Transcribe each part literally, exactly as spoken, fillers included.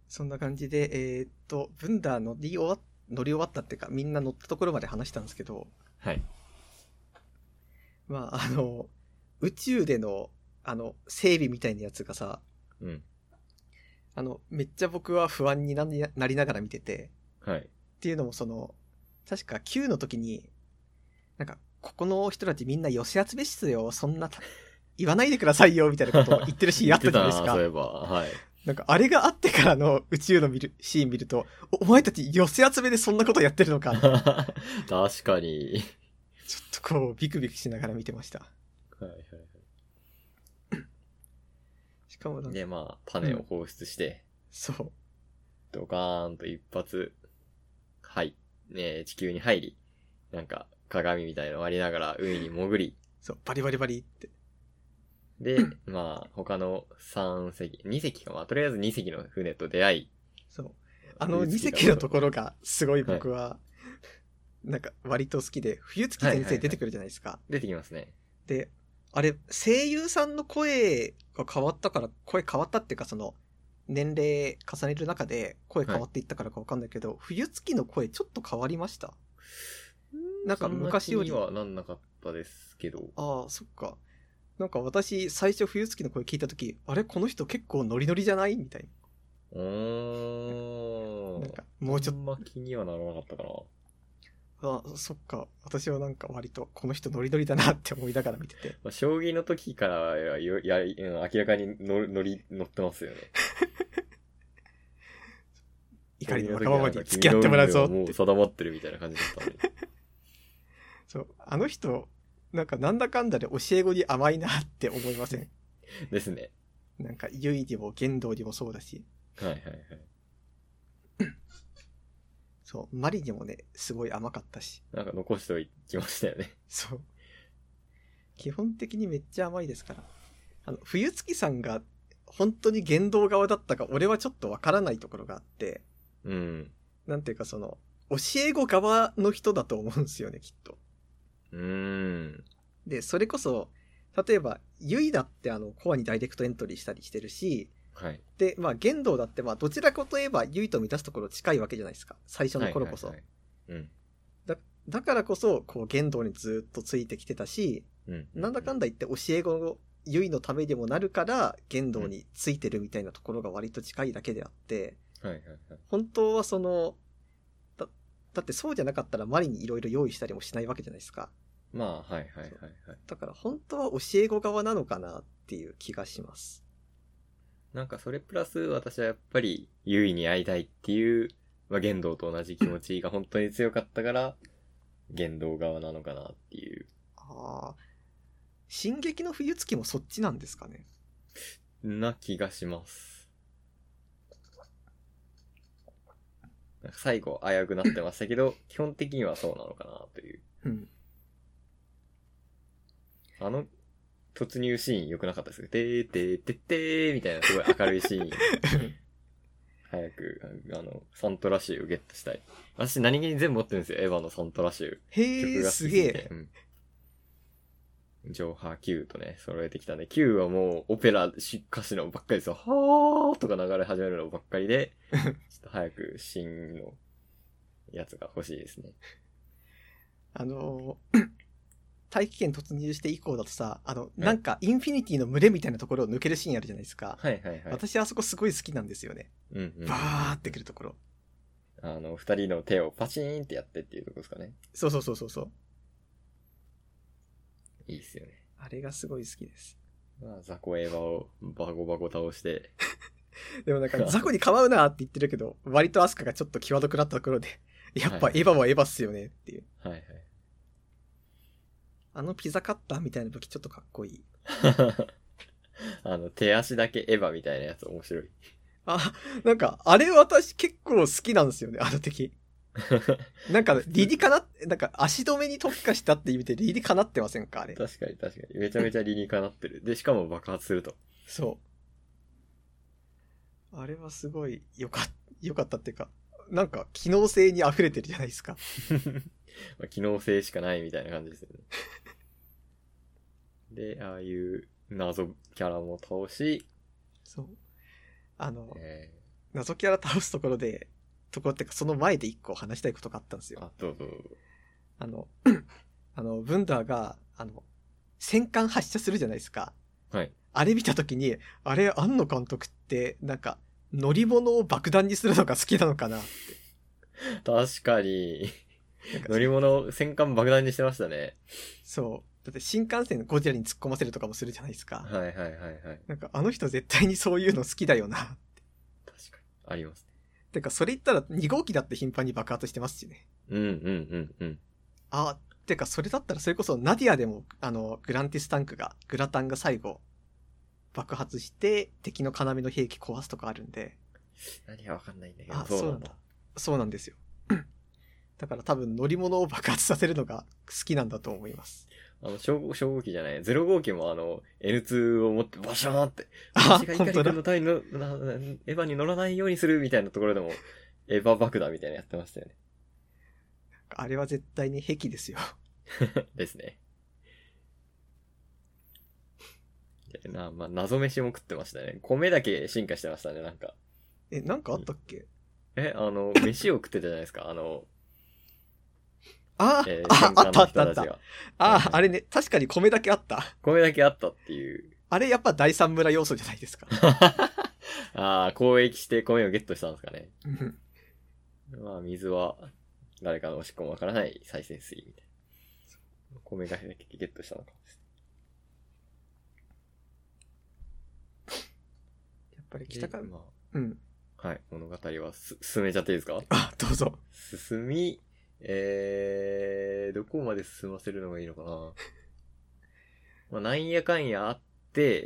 そんな感じで、えーっと、ブンダー乗り終わ、乗り終わったっていうか、みんな乗ったところまで話したんですけど、 はい。 まあ、あの、宇宙での、あの、整備みたいなやつがさ、 うん。 あの、めっちゃ僕は不安になりなりながら見てて、 はい。 っていうのもその、確か Q の時に、なんか、ここの人たちみんな寄せ集め室よ、そんなた、言わないでくださいよ、みたいなことを言ってるシーンあったじゃないですか。 言ってたな、そういえば。はい。 なんか、あれがあってからの宇宙の見るシーン見ると、お、お前たち寄せ集めでそんなことやってるのか、みたいな。 確かに。 ちょっとこう、ビクビクしながら見てました。 はいはいはい。 しかもなんか、 で、まあ、種を放出して、 そう。 ドカーンと一発、はい、ね地球に入り、なんか、鏡みたいの割りながら海に潜り、 そう、バリバリバリって。 で、まあ、他のさん隻、に隻か、まあ、とりあえずに隻の船と出会い、 そう。あのに隻のところがすごい僕は、なんか割と好きで、冬月先生出てくるじゃないですか。はいはいはい、 出てきますね。 で、あれ、声優さんの声が変わったから、声変わったっていうかその、年齢重ねる中で声変わっていったからかわかんないけど、はい、冬月の声ちょっと変わりました？なんか昔より。 そんな気にはなんなかったですけど。 ああ、そっか。なんか私、最初冬月の声聞いたとき、あれこの人結構ノリノリじゃないみたいな。 うーん。 なんか、もうちょっと。 あんま気にはならなかったかな。 あ、そっか。私はなんか割と、この人ノリノリだなって思いながら見てて。 まあ、将棋の時からや、や、や、明らかに乗乗り、乗ってますよね。 怒りの仲間まで付き合ってもらうぞって。 もう定まってるみたいな感じだったのに。 そう。あの人、なんかなんだかんだで教え子に甘いなって思いません？ ですね。 なんか、ゆいにも言動にもそうだし。 はいはいはい。 そう。マリにもね、すごい甘かったし。 なんか残しておきましたよね。 そう。基本的にめっちゃ甘いですから。あの、冬月さんが本当に言動側だったか、俺はちょっとわからないところがあって。 うん。 なんていうかその、教え子側の人だと思うんですよね、きっと。 うーん。 で、それこそ、例えば、ユイだってあの、コアにダイレクトエントリーしたりしてるし、 はい。 で、まあ、言動だって、まあ、どちらかといえば、ユイと満たすところ近いわけじゃないですか。最初の頃こそ。 はいはいはい、うん。 だ、だからこそ、こう、言動にずっとついてきてたし、 うん。 なんだかんだ言って教え子のユイのためにもなるから、言動についてるみたいなところが割と近いだけであって、 はいはいはい。 本当はその、だ、だってそうじゃなかったらマリにいろいろ用意したりもしないわけじゃないですか。 まあ、はいはいはいはい。 だから本当は教え子側なのかなっていう気がします。 なんかそれプラス私はやっぱり優位に会いたいっていう、まあ、言動と同じ気持ちが本当に強かったから、言動側なのかなっていう。 ああ。進撃の冬月もそっちなんですかね。 な気がします。なんか最後危うくなってましたけど、基本的にはそうなのかなという。 うん。 あの、突入シーン良くなかったですか？てーてーてってーみたいなすごい明るいシーン。早く、あの、サントラ集をゲットしたい。私何気に全部持ってるんですよ、エヴァのサントラ集。 へー、すげえ。 うん。ジョーハー Q とね、揃えてきたんで、Q はもうオペラ歌詞のばっかりですよ。はーとか流れ始めるのばっかりで、ちょっと早く新のやつが欲しいですね。 あのー、大気圏突入して以降だとさ、あの、はい、なんかインフィニティの群れみたいなところを抜けるシーンあるじゃないですか。 はいはいはい。 私あそこすごい好きなんですよね。 うんうん、うん。 バーってくるところ。 あの、二人の手をパチーンってやってっていうところですかね。 そうそうそうそうそう。 いいっすよね。 あれがすごい好きです。 まあ、ザコエヴァをバコバコ倒して。 でもなんか、ザコに構うなって言ってるけど、割とアスカがちょっと際どくなったところで、やっぱエヴァはエヴァっすよねっていう。 はいはい。 あのピザカッターみたいな武器ちょっとかっこいい。 あの、手足だけエヴァみたいなやつ面白い。 あ、なんか、あれ私結構好きなんですよね、あの敵。なんか、理にかなって、なんか足止めに特化したって意味で理にかなってませんかあれ。 確かに確かに。めちゃめちゃ理にかなってる。で、しかも爆発すると。 そう。あれはすごいよかった、よかったっていうか、なんか機能性に溢れてるじゃないですか。 まあ機能性しかないみたいな感じですよね。で、ああいう謎キャラも倒し、 そう。あの、 え謎キャラ倒すところで、ところってかその前で一個話したいことがあったんですよ。 あ、どうぞどうぞ。 あの、あの、ブンダーが、あの、戦艦発射するじゃないですか。 はい。 あれ見たときに、あれ、庵野監督って、なんか、乗り物を爆弾にするのが好きなのかなって。 確かに。 なんか乗り物、戦艦爆弾にしてましたね。 そう。だって新幹線ゴジラに突っ込ませるとかもするじゃないですか。 はいはいはいはい。 なんかあの人絶対にそういうの好きだよな。 確かに。ありますね。 てかそれ言ったらに号機だって頻繁に爆発してますしね。 うんうんうんうん。 あ、てかそれだったらそれこそナディアでも、あの、グランティスタンクが、グラタンが最後、爆発して敵の要の兵器壊すとかあるんで。 何がわかんないんだけど。 あ、そうなんだ。そうなんですよ。だから多分乗り物を爆発させるのが好きなんだと思います。 あの、初号、初号機じゃない、ゼロ号機もあの、エヌツー を持ってバシャーって、 あ、 私がイカリ君の隊にの、なエヴァに乗らないようにするみたいなところでも、エヴァ爆弾みたいなのやってましたよね。 あれは絶対に壁ですよ。 ですね。な、まあ、謎飯も食ってましたね。米だけ進化してましたね、なんか。 え、なんかあったっけ？ え、あの、飯を食ってたじゃないですか、あの、 あ、 えーあ、あったあったあった。 戦艦の人たちがあ、 はいはいあれね、確かに米だけあった。 米だけあったっていう。 あれやっぱ第三村要素じゃないですか。 ああ、交易して米をゲットしたんですかね。 うんまあ、水は、誰かのおしっこもわからない再生水みたいな。米がゲットしたのかもしやっぱりれない。 北か、 まうん。 あ、はい。物語はす、進めちゃっていいですか？ あ、どうぞ。 進み、えー、どこまで進ませるのがいいのかな。まあ、なんやかんやあって、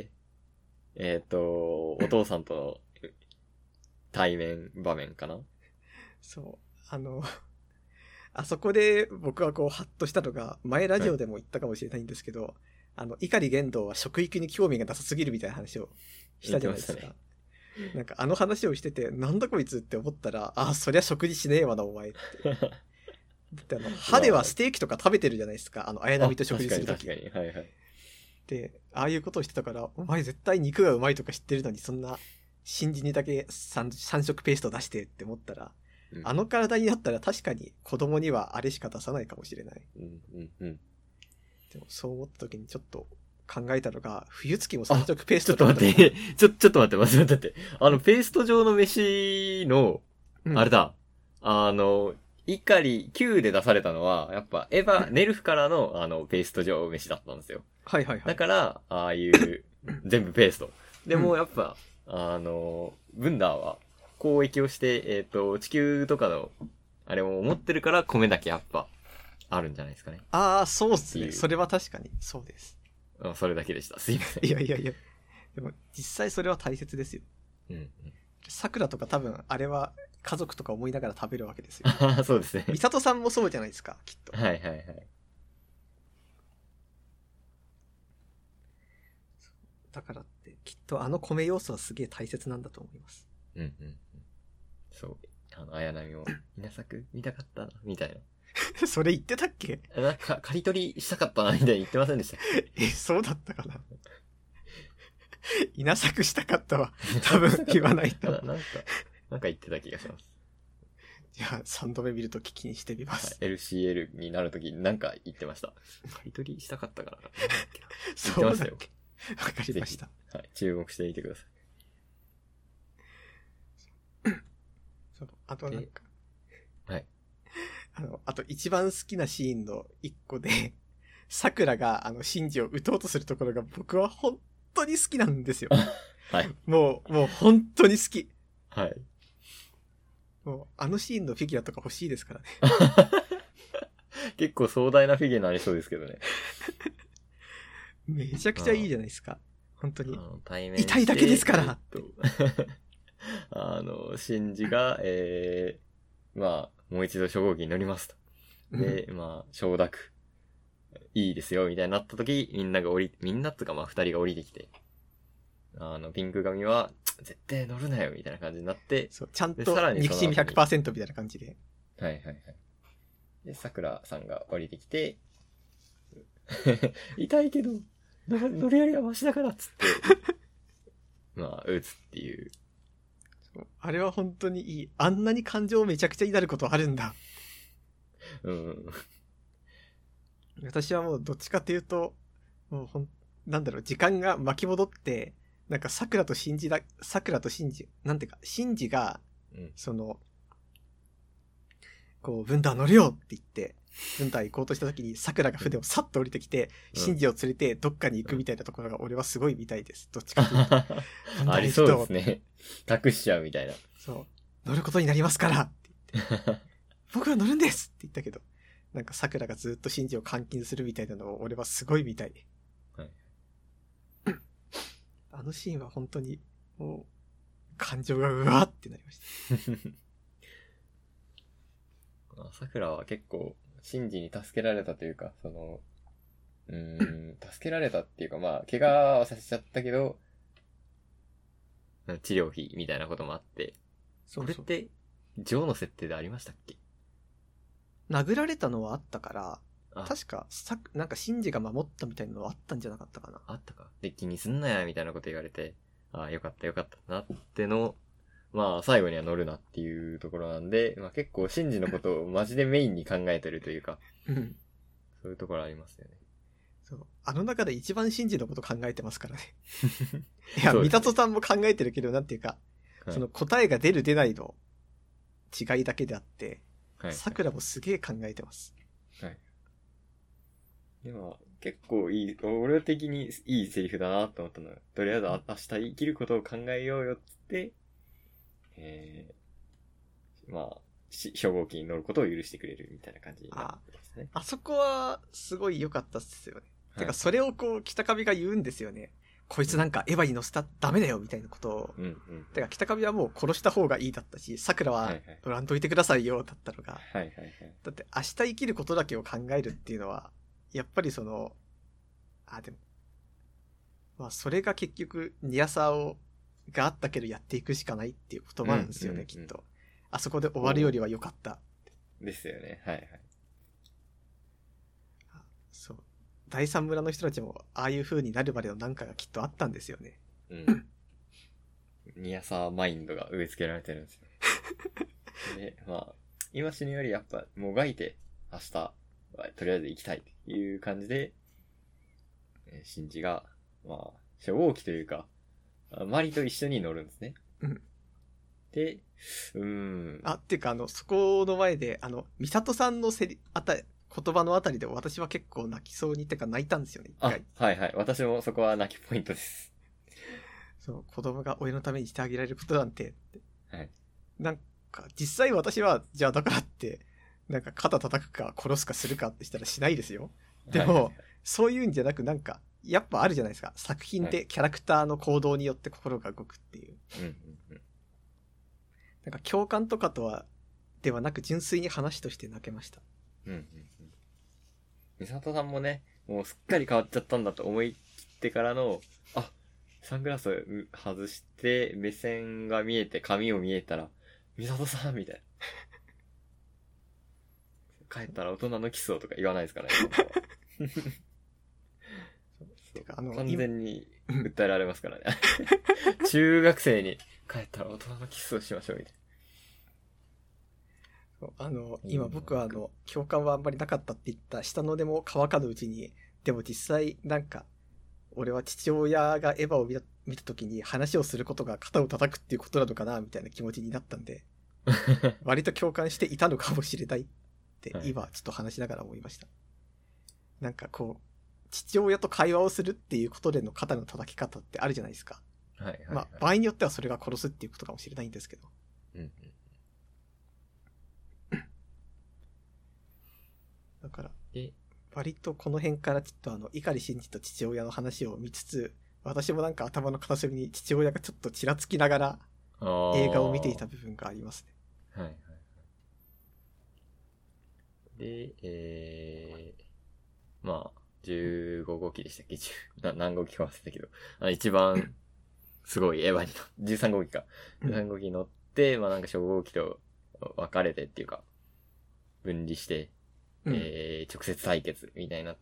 えっ、ー、と、お父さんとの対面場面かな。 そう。あの、あそこで僕はこうハッとしたのが、前ラジオでも言ったかもしれないんですけど、はい、あの、碇玄道は食育に興味がなさすぎるみたいな話をしたじゃないですか。ね、なんかあの話をしてて、なんだこいつって思ったら、あ、そりゃ食事しねえわな、お前って。だってあの、歯ではステーキとか食べてるじゃないですか。あの、綾波と食事するとき。 確かに確かに。はいはい。 で、ああいうことをしてたから、お前絶対肉がうまいとか知ってるのに、そんな、信じにだけ 3, 3色ペースト出してって思ったら、うん、あの体になったら確かに子供にはあれしか出さないかもしれない。 うんうんうん。 でもそう思った時にちょっと考えたのが、冬月もさん色ペーストちょっと待って、ちょ、ちょっと待って、待って待って。あの、ペースト状の飯の、うん、あれだ、あの、イカリきゅうで出されたのは、やっぱ、エヴァ、ネルフからの、あの、ペースト状飯だったんですよ。 はいはいはい。 だから、ああいう、全部ペースト。でも、やっぱ、うん、あの、ブンダーは、交易をして、えっと、地球とかの、あれを持ってるから、米だけやっぱ、あるんじゃないですかね。 ああ、そうっすね。それは確かに、そうです。 あ、それだけでした。すいません。 いやいやいや。でも、実際それは大切ですよ。うん、うん。桜とか多分、あれは、家族とか思いながら食べるわけですよ。 ああ、そうですね。 美里さんもそうじゃないですか、きっと。 はいはいはい。 だからって、きっとあの米要素はすげえ大切なんだと思います。 うんうんうん。そう。あの、綾波も、稲作見たかったな、みたいな。それ言ってたっけ？ なんか、刈り取りしたかったな、みたいに言ってませんでした。 え、そうだったかな。稲作したかったわ。多分言わないと。 なんか、なんか言ってた気がします。 じゃあ、さんどめ見ると聞きにしてみます。 はい、エルシーエル になるときになんか言ってました。刈り取りしたかったからな。 そうだっけ。わかりました。 はい、注目してみてください。 そう、あとなんか。 はい。 あの、あと一番好きなシーンの一個で、桜があの、シンジを撃とうとするところが僕は本当に好きなんですよ。 はい。 もう、もう本当に好き。 はい。 もう、あのシーンのフィギュアとか欲しいですからね。 結構壮大なフィギュアになりそうですけどね。 めちゃくちゃいいじゃないですか。本当に。 対面痛いだけですから。 えー、あの、シンジが、えー、まあ、もう一度初号機に乗りますと。で、まあ、承諾。いいですよ、みたいになった時、みんなが降り、みんなっつうかまあ二人が降りてきて、あの、ピンク髪は、絶対乗るなよ、みたいな感じになって、 そう、ちゃんと憎しみ ひゃくパーセント みたいな感じで。 はいはいはい。で、桜さんが降りてきて、痛いけど、乗りやりはマシだからっつって、まあ、撃つっていう。 あれは本当にいい。あんなに感情めちゃくちゃになることあるんだ。 うん。 私はもうどっちかというと、もうほん、なんだろう、時間が巻き戻って、なんか桜とシンジだ、桜とシンジ、なんていうか、シンジが、 うん。 その、こう、ブンダー乗るよって言って、ブンダー行こうとした時に桜が船をさっと降りてきて、 うんシンジを連れてどっかに行くみたいなところが俺はすごい見たいです。どっちかというと。ブンダありそうー行くとですね。託しちゃうみたいな。 そう。乗ることになりますからって言って。僕は乗るんですって言ったけど、なんか桜がずっとシンジを監禁するみたいなのを俺はすごい見たい。 はい。 あのシーンは本当に、もう、感情がうわってなりました。 桜は結構、シンジに助けられたというか、その、うーん、助けられたっていうか、まあ、怪我はさせちゃったけど、治療費みたいなこともあって、 そうそう。 これって、ジョーの設定でありましたっけ？ 殴られたのはあったから、 あ、 確か、さ、なんかシンジが守ったみたいなのはあったんじゃなかったかな。 あったか。で、気にすんなや、みたいなこと言われて、ああ、よかったよかったなっての、まあ、最後には乗るなっていうところなんで、まあ結構、シンジのことをマジでメインに考えてるというか、 うん。 そういうところありますよね。 そう。あの中で一番シンジのこと考えてますからね。いや、 そうですね三田さんも考えてるけど、なんていうか、 はい、 その答えが出る出ないの違いだけであって、 はい。 桜もすげえ考えてます。 はい。でも、結構いい、俺的にいいセリフだなと思ったのが、とりあえずあ明日生きることを考えようよっつって、えー、まあ、し兵庫機に乗ることを許してくれるみたいな感じになってますね。 あそこはすごい良かったっすよね。 はい、 てか、それをこう、北上が言うんですよね。こいつなんかエヴァに乗せたらダメだよみたいなことを。 うんうん。 てか、北上はもう殺した方がいいだったし、桜は乗らんといてくださいよだったのが。 はいはいはい。 だって明日生きることだけを考えるっていうのは、やっぱりその、あ、でも、まあそれが結局、ニアサを、があったけどやっていくしかないっていう言葉なんですよね、 うんうんうん、 きっと。あそこで終わるよりは良かった。 ですよね。はいはい。 そう。第三村の人たちも、ああいう風になるまでの何かがきっとあったんですよね。 うん。ニアサーマインドが植え付けられてるんですよ。で、まあ、今死ぬよりやっぱもがいて、明日はとりあえず行きたいという感じで、えー、シンジが、まあ、初号機というか、マリと一緒に乗るんですね。 うん。 で、うーん。 あ、っていうか、あの、そこの前で、あの、ミサトさんのせり、あた、言葉のあたりで私は結構泣きそうに、てか泣いたんですよね、一あ、 回。 はいはい。私もそこは泣きポイントです。 そう、子供が親のためにしてあげられることなんて、って。 はい。 なんか、実際私は、じゃあだからって、なんか肩叩くか殺すかするかってしたらしないですよ。でも、 はいはいはい、 そういうんじゃなくなんか、やっぱあるじゃないですか。作品ってキャラクターの行動によって心が動くっていう。 うんうんうん。 なんか共感とかとは、ではなく純粋に話として泣けました。 うんうんうん。美里さんもね、もうすっかり変わっちゃったんだと思い切ってからの、あ、サングラス外して、目線が見えて、髪を見えたら、美里さんみたいな。帰ったら大人のキスをとか言わないですからね。そうあの完全に訴えられますからね。中学生に帰ったら大人のキスをしましょうみたいな。あの、今僕はあの、共感はあんまりなかったって言った下のでも乾かぬうちに、でも実際なんか、俺は父親がエヴァを見た、見た時に話をすることが肩を叩くっていうことなのかなみたいな気持ちになったんで、割と共感していたのかもしれないって今ちょっと話しながら思いました。はい、なんかこう、父親と会話をするっていうことでの肩の叩き方ってあるじゃないですか。 はいはいはい、 まあ場合によってはそれが殺すっていうことかもしれないんですけど。 うんうん、 だから、割とこの辺からちょっとあの、碇シンジと父親の話を見つつ、私もなんか頭の片隅に父親がちょっとちらつきながら映画を見ていた部分がありますね。 はいはいはい。で、えー、まあ、じゅうごごきでしたっけな何号機か忘れたけど。あ一番、すごいエヴァに乗って、じゅうさん号機か。じゅうさん号機に乗って、まあなんか初号機と分かれてっていうか、分離して、うん、えー、直接対決みたいになって、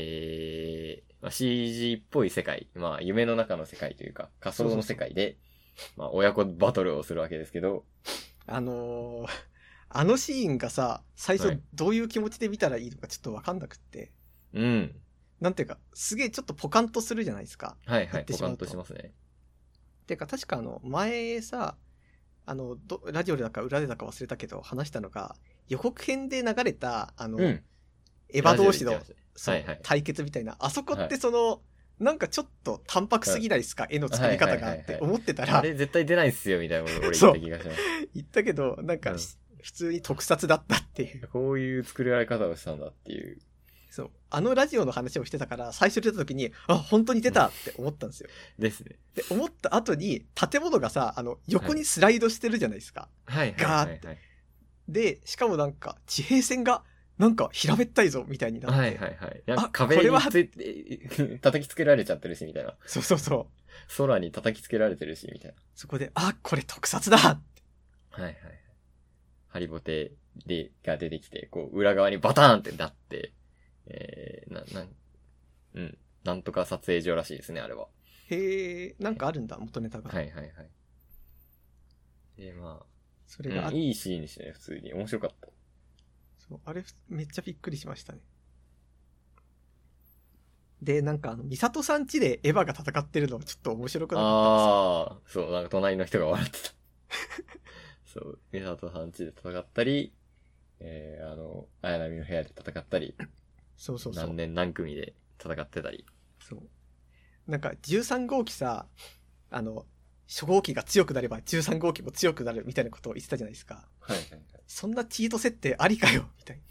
えー、まあ、シージー っぽい世界、まあ夢の中の世界というか、仮想の世界で、 まあ、親子バトルをするわけですけど。 あのー、あのシーンがさ、最初はいどういう気持ちで見たらいいのかちょっとわかんなくって。 うん。 なんていうか、すげえちょっとポカンとするじゃないですか。 はいはい、 言ってしまうとポカンとしますね。 てか、確かあの、前さ、あの、どラジオでだか裏でだか忘れたけど、話したのが、予告編で流れた、あの、 うん。 エヴァ同士の、 ラジオで言ってましたねそう、 はいはい対決みたいな、あそこっはいてその、なんかちょっと淡白すぎないですか、絵の作り方がって思ってたら、 あれ絶対出ないっすよ、みたいなこと俺そう言った気がします。 言ったけど、なんか、 うん普通に特撮だったっていう。 こういう作られ方をしたんだっていう。 そう。あのラジオの話をしてたから、最初出た時に、あ、本当に出たって思ったんですよ。 ですね。 で、思った後に、建物がさ、あの、横にスライドしてるじゃないですか。 はいはいガはい、はいーって。で、しかもなんか、地平線が、なんか平べったいぞ、みたいになって。 はいはいはい。なんかあ壁これはについて、叩きつけられちゃってるし、みたいな。 そうそうそう。 空に叩きつけられてるし、みたいな。 そこで、あ、これ特撮だって。 はいはいはい。ハリボテで、が出てきて、こう、裏側にバターンってなって、えー、な、なん、うん。なんとか撮影所らしいですね、あれは。 へえ、なんかあるんだ、元ネタが。 はいはいはい。で、まあ、 それがあ、 うん、いいシーンでしたね、普通に。面白かった。 そう、あれ、めっちゃびっくりしましたね。で、なんかあの、ミサトさん家でエヴァが戦ってるのちょっと面白くなかったああ、そう、なんか隣の人が笑ってた。そう、ミサトさん家で戦ったり、えー、あの、綾波の部屋で戦ったり、 そうそうそう。 何年何組で戦ってたり。 そう。なんかじゅうさん号機さ、あの、初号機が強くなればじゅうさん号機も強くなるみたいなことを言ってたじゃないですか。 はいはいはい。 そんなチート設定ありかよみたい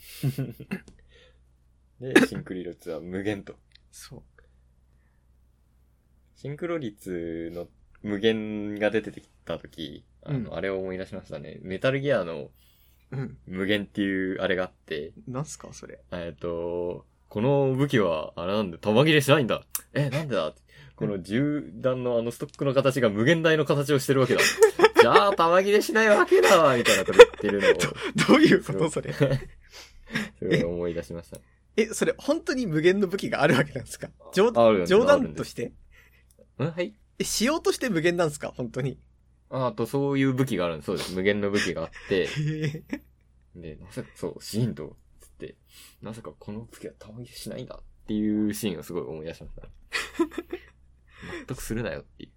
な。 で、シンクロ率は無限と。 そう。 シンクロ率の無限が出てきたとき、あの、 うんあれを思い出しましたね。メタルギアのうん。 無限っていうあれがあって、 なんすかそれ。 えっと、この武器は、あれなんで、弾切れしないんだ。え、なんでだこの銃弾のあのストックの形が無限大の形をしてるわけだ。じゃあ、弾切れしないわけだわ、みたいなこと言ってるのを。 どういうことそれ。 すごい思い出しました。 え、それ本当に無限の武器があるわけなんですか冗あるんです冗談としてんはいえ、仕様として無限なんですか本当に。 あと、そういう武器があるんです。そうです。無限の武器があって、 へえ。 で、なぜか、そう、シーンと、つって、なぜかこの武器は弾切れしないんだっていうシーンをすごい思い出しましたね。納得するなよっていう。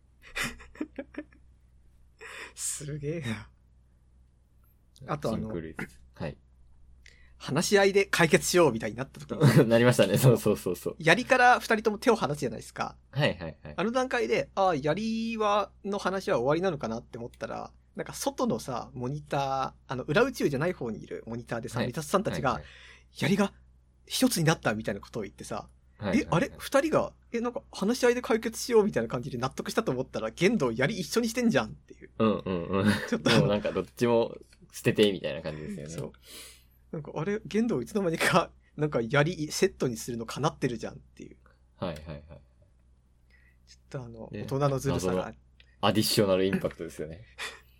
すげえな。あとあのシンクル率はい。 話し合いで解決しようみたいになった時に、 なりましたね。そうそうそうそう。 槍から二人とも手を離すじゃないですか。 はいはいはい。 あの段階で、ああ、槍は、の話は終わりなのかなって思ったら、なんか外のさ、モニター、あの、裏宇宙じゃない方にいるモニターでさ、 はいミタスさんたちが、 はい槍が一つになったみたいなことを言ってさ、 はいはいえ、あれ二人が、え、なんか話し合いで解決しようみたいな感じで納得したと思ったら、玄道槍一緒にしてんじゃんっていう。 うんうんうん。 ちょっとでもなんかどっちも捨ててみたいな感じですよね。 そう。なんかあれ、玄道いつの間にか、なんか槍セットにするの叶ってるじゃんっていう。 はいはいはい。 ちょっとあの、 ね大人のずるさ謎が。 アディショナルインパクトですよね。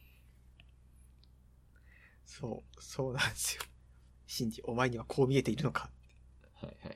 そう、そうなんですよ。シンジ、お前にはこう見えているのか。 はいはい。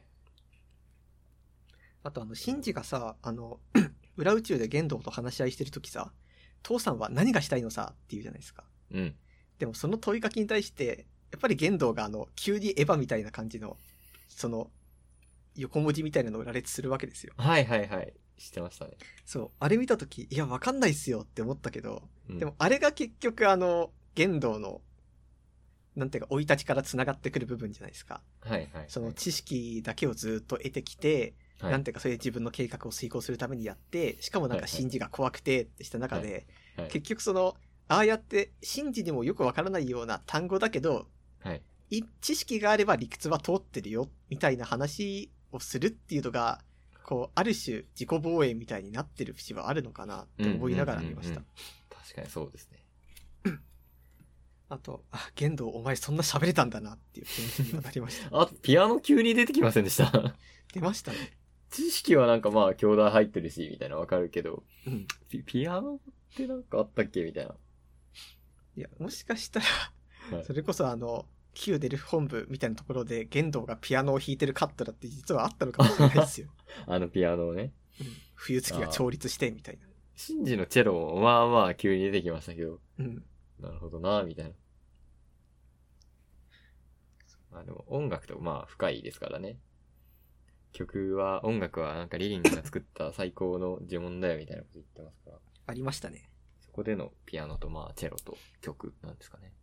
あとあの、シンジがさ、あの、裏宇宙で玄道と話し合いしてるときさ、父さんは何がしたいのさって言うじゃないですか。 うん。 でもその問いかけに対して、やっぱり玄道があの、急にエヴァみたいな感じの、その、横文字みたいなのを羅列するわけですよ。 はいはいはい。知ってましたね。 そう。あれ見たとき、いや、わかんないっすよって思ったけど、 うん、 でもあれが結局あの、玄道の、なんていうか、生い立ちから繋がってくる部分じゃないですか。 はいはい、はい。 その知識だけをずっと得てきて、 はい、 なんていうか、そういう自分の計画を遂行するためにやって、しかもなんか、シンジが怖くてってした中で、 はいはい、 結局その、ああやって、シンジにもよくわからないような単語だけど、 はい、 知識があれば理屈は通ってるよ、みたいな話をするっていうのが、こう、ある種自己防衛みたいになってる節はあるのかなって思いながら見ました。 うんうんうんうん、確かにそうですね。 あと、あ、玄道お前そんな喋れたんだなっていう気持ちにはなりました。 あ、ピアノ急に出てきませんでした。 出ましたね。 知識はなんかまあ、兄弟入ってるし、みたいなわかるけど、 うんピ、ピアノってなんかあったっけみたいな。 いや、もしかしたら、 はい、 それこそあの、旧デルフ本部みたいなところで玄道がピアノを弾いてるカットだって実はあったのかもしれないですよ。 あのピアノをね。 うん、冬月が調律してみたいな。 シンジのチェロもまあまあ急に出てきましたけど、 うん。 なるほどな、みたいな。まあでも音楽とまあ深いですからね。曲は、音楽はなんかリリングが作った最高の呪文だよみたいなこと言ってますから。 ありましたね。 そこでのピアノとまあチェロと曲なんですかね。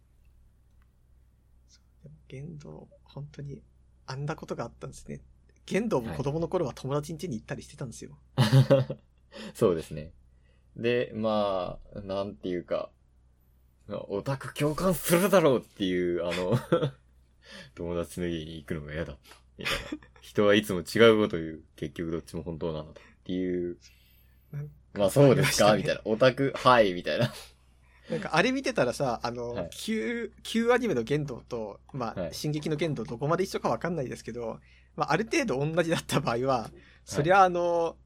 でも玄道、本当にあんなことがあったんですね。玄道も子供の頃は友達ん家に行ったりしてたんですよ。 はい、そうですね。で、まあ、なんていうか、オタク共感するだろうっていう、あの、友達の家に行くのが嫌だった。みたいな。人はいつも違うこと言う。結局どっちも本当なのだっていう。まあそうですか、ね、みたいな。オタク、はい、みたいな。 なんかあれ見てたらさ、あの、 はい、 旧、旧アニメの玄道と、まあ、はい、進撃の玄道どこまで一緒かわかんないですけど、まあある程度同じだった場合は、そりゃあの、はい、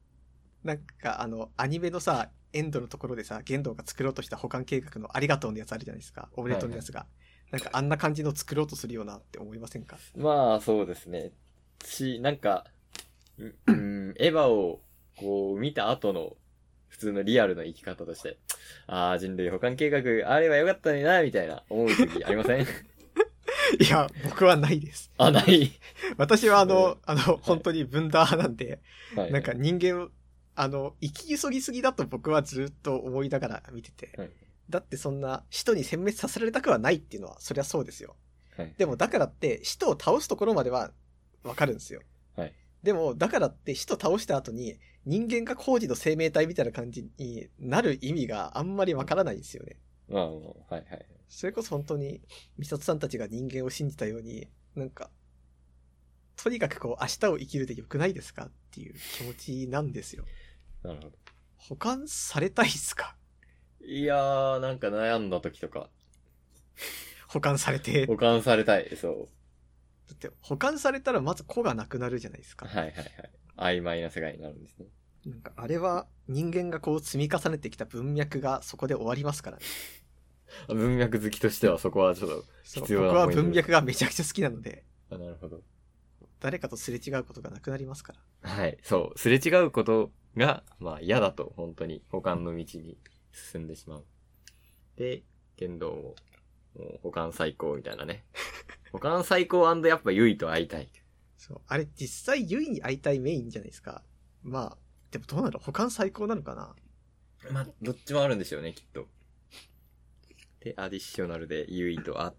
なんかあの、アニメのさ、エンドのところでさ、玄道が作ろうとした保管計画のありがとうのやつあるじゃないですか。オムレットのやつが。はいはい、なんかあんな感じの作ろうとするようなって思いませんか？ まあそうですね。し、なんか、うん、エヴァをこう見た後の普通のリアルな生き方として、ああ、人類保管計画あればよかったのにな、みたいな思う時ありません？いや、僕はないです。 あ、ない。 私はあの、うん、あの、はい、本当に分断派なんで、 はい、 なんか人間、あの、生き急ぎすぎだと僕はずっと思いながら見てて、はい、だってそんな使徒に殲滅させられたくはないっていうのはそりゃそうですよ。はい、でもだからって使徒を倒すところまではわかるんですよ。はい、でもだからって使徒倒した後に人間が工事の生命体みたいな感じになる意味があんまりわからないんですよね。 まあ、はいはい。 それこそ本当にミサトさんたちが人間を信じたように、なんかとにかくこう明日を生きるでよくないですかっていう気持ちなんですよ。 なるほど。 保管されたいっすか？ いやー、なんか悩んだ時とか。 保管されて。 保管されたい、そう。 だって保管されたらまず子がなくなるじゃないですか。 はいはいはい。曖昧な世界になるんですね。 なんかあれは人間がこう積み重ねてきた文脈がそこで終わりますからね。 文脈好きとしてはそこはちょっと必要な。 僕は文脈がめちゃくちゃ好きなので。 あ、なるほど。 誰かとすれ違うことがなくなりますから。 はい、そう。すれ違うことが、まあ嫌だと、本当に保管の道に進んでしまう。で、剣道も、もう保管最高みたいなね。保管最高&やっぱユイと会いたい。 そう。あれ実際ユイに会いたいメインじゃないですか。まあ、でもどうなの？保管最高なのかな？ まあ、どっちもあるんでしょうね、きっと。で、アディショナルでユイと会って、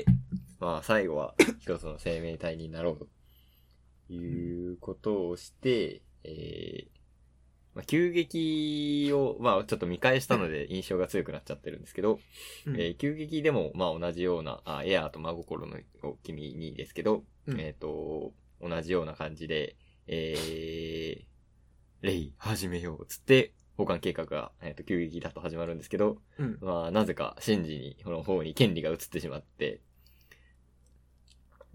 まあ最後は一つの生命体になろうということをして、えー、まあ、急激を、まあちょっと見返したので印象が強くなっちゃってるんですけど、うん、えー、急激でもまあ同じような、あエアーと真心の君にですけど、うん、えっ、ー、と、同じような感じで、えー、レイ始めようつって保管計画が、えー、と急激だと始まるんですけど、うん、まあなぜかシンジにこの方に権利が移ってしまって、うん、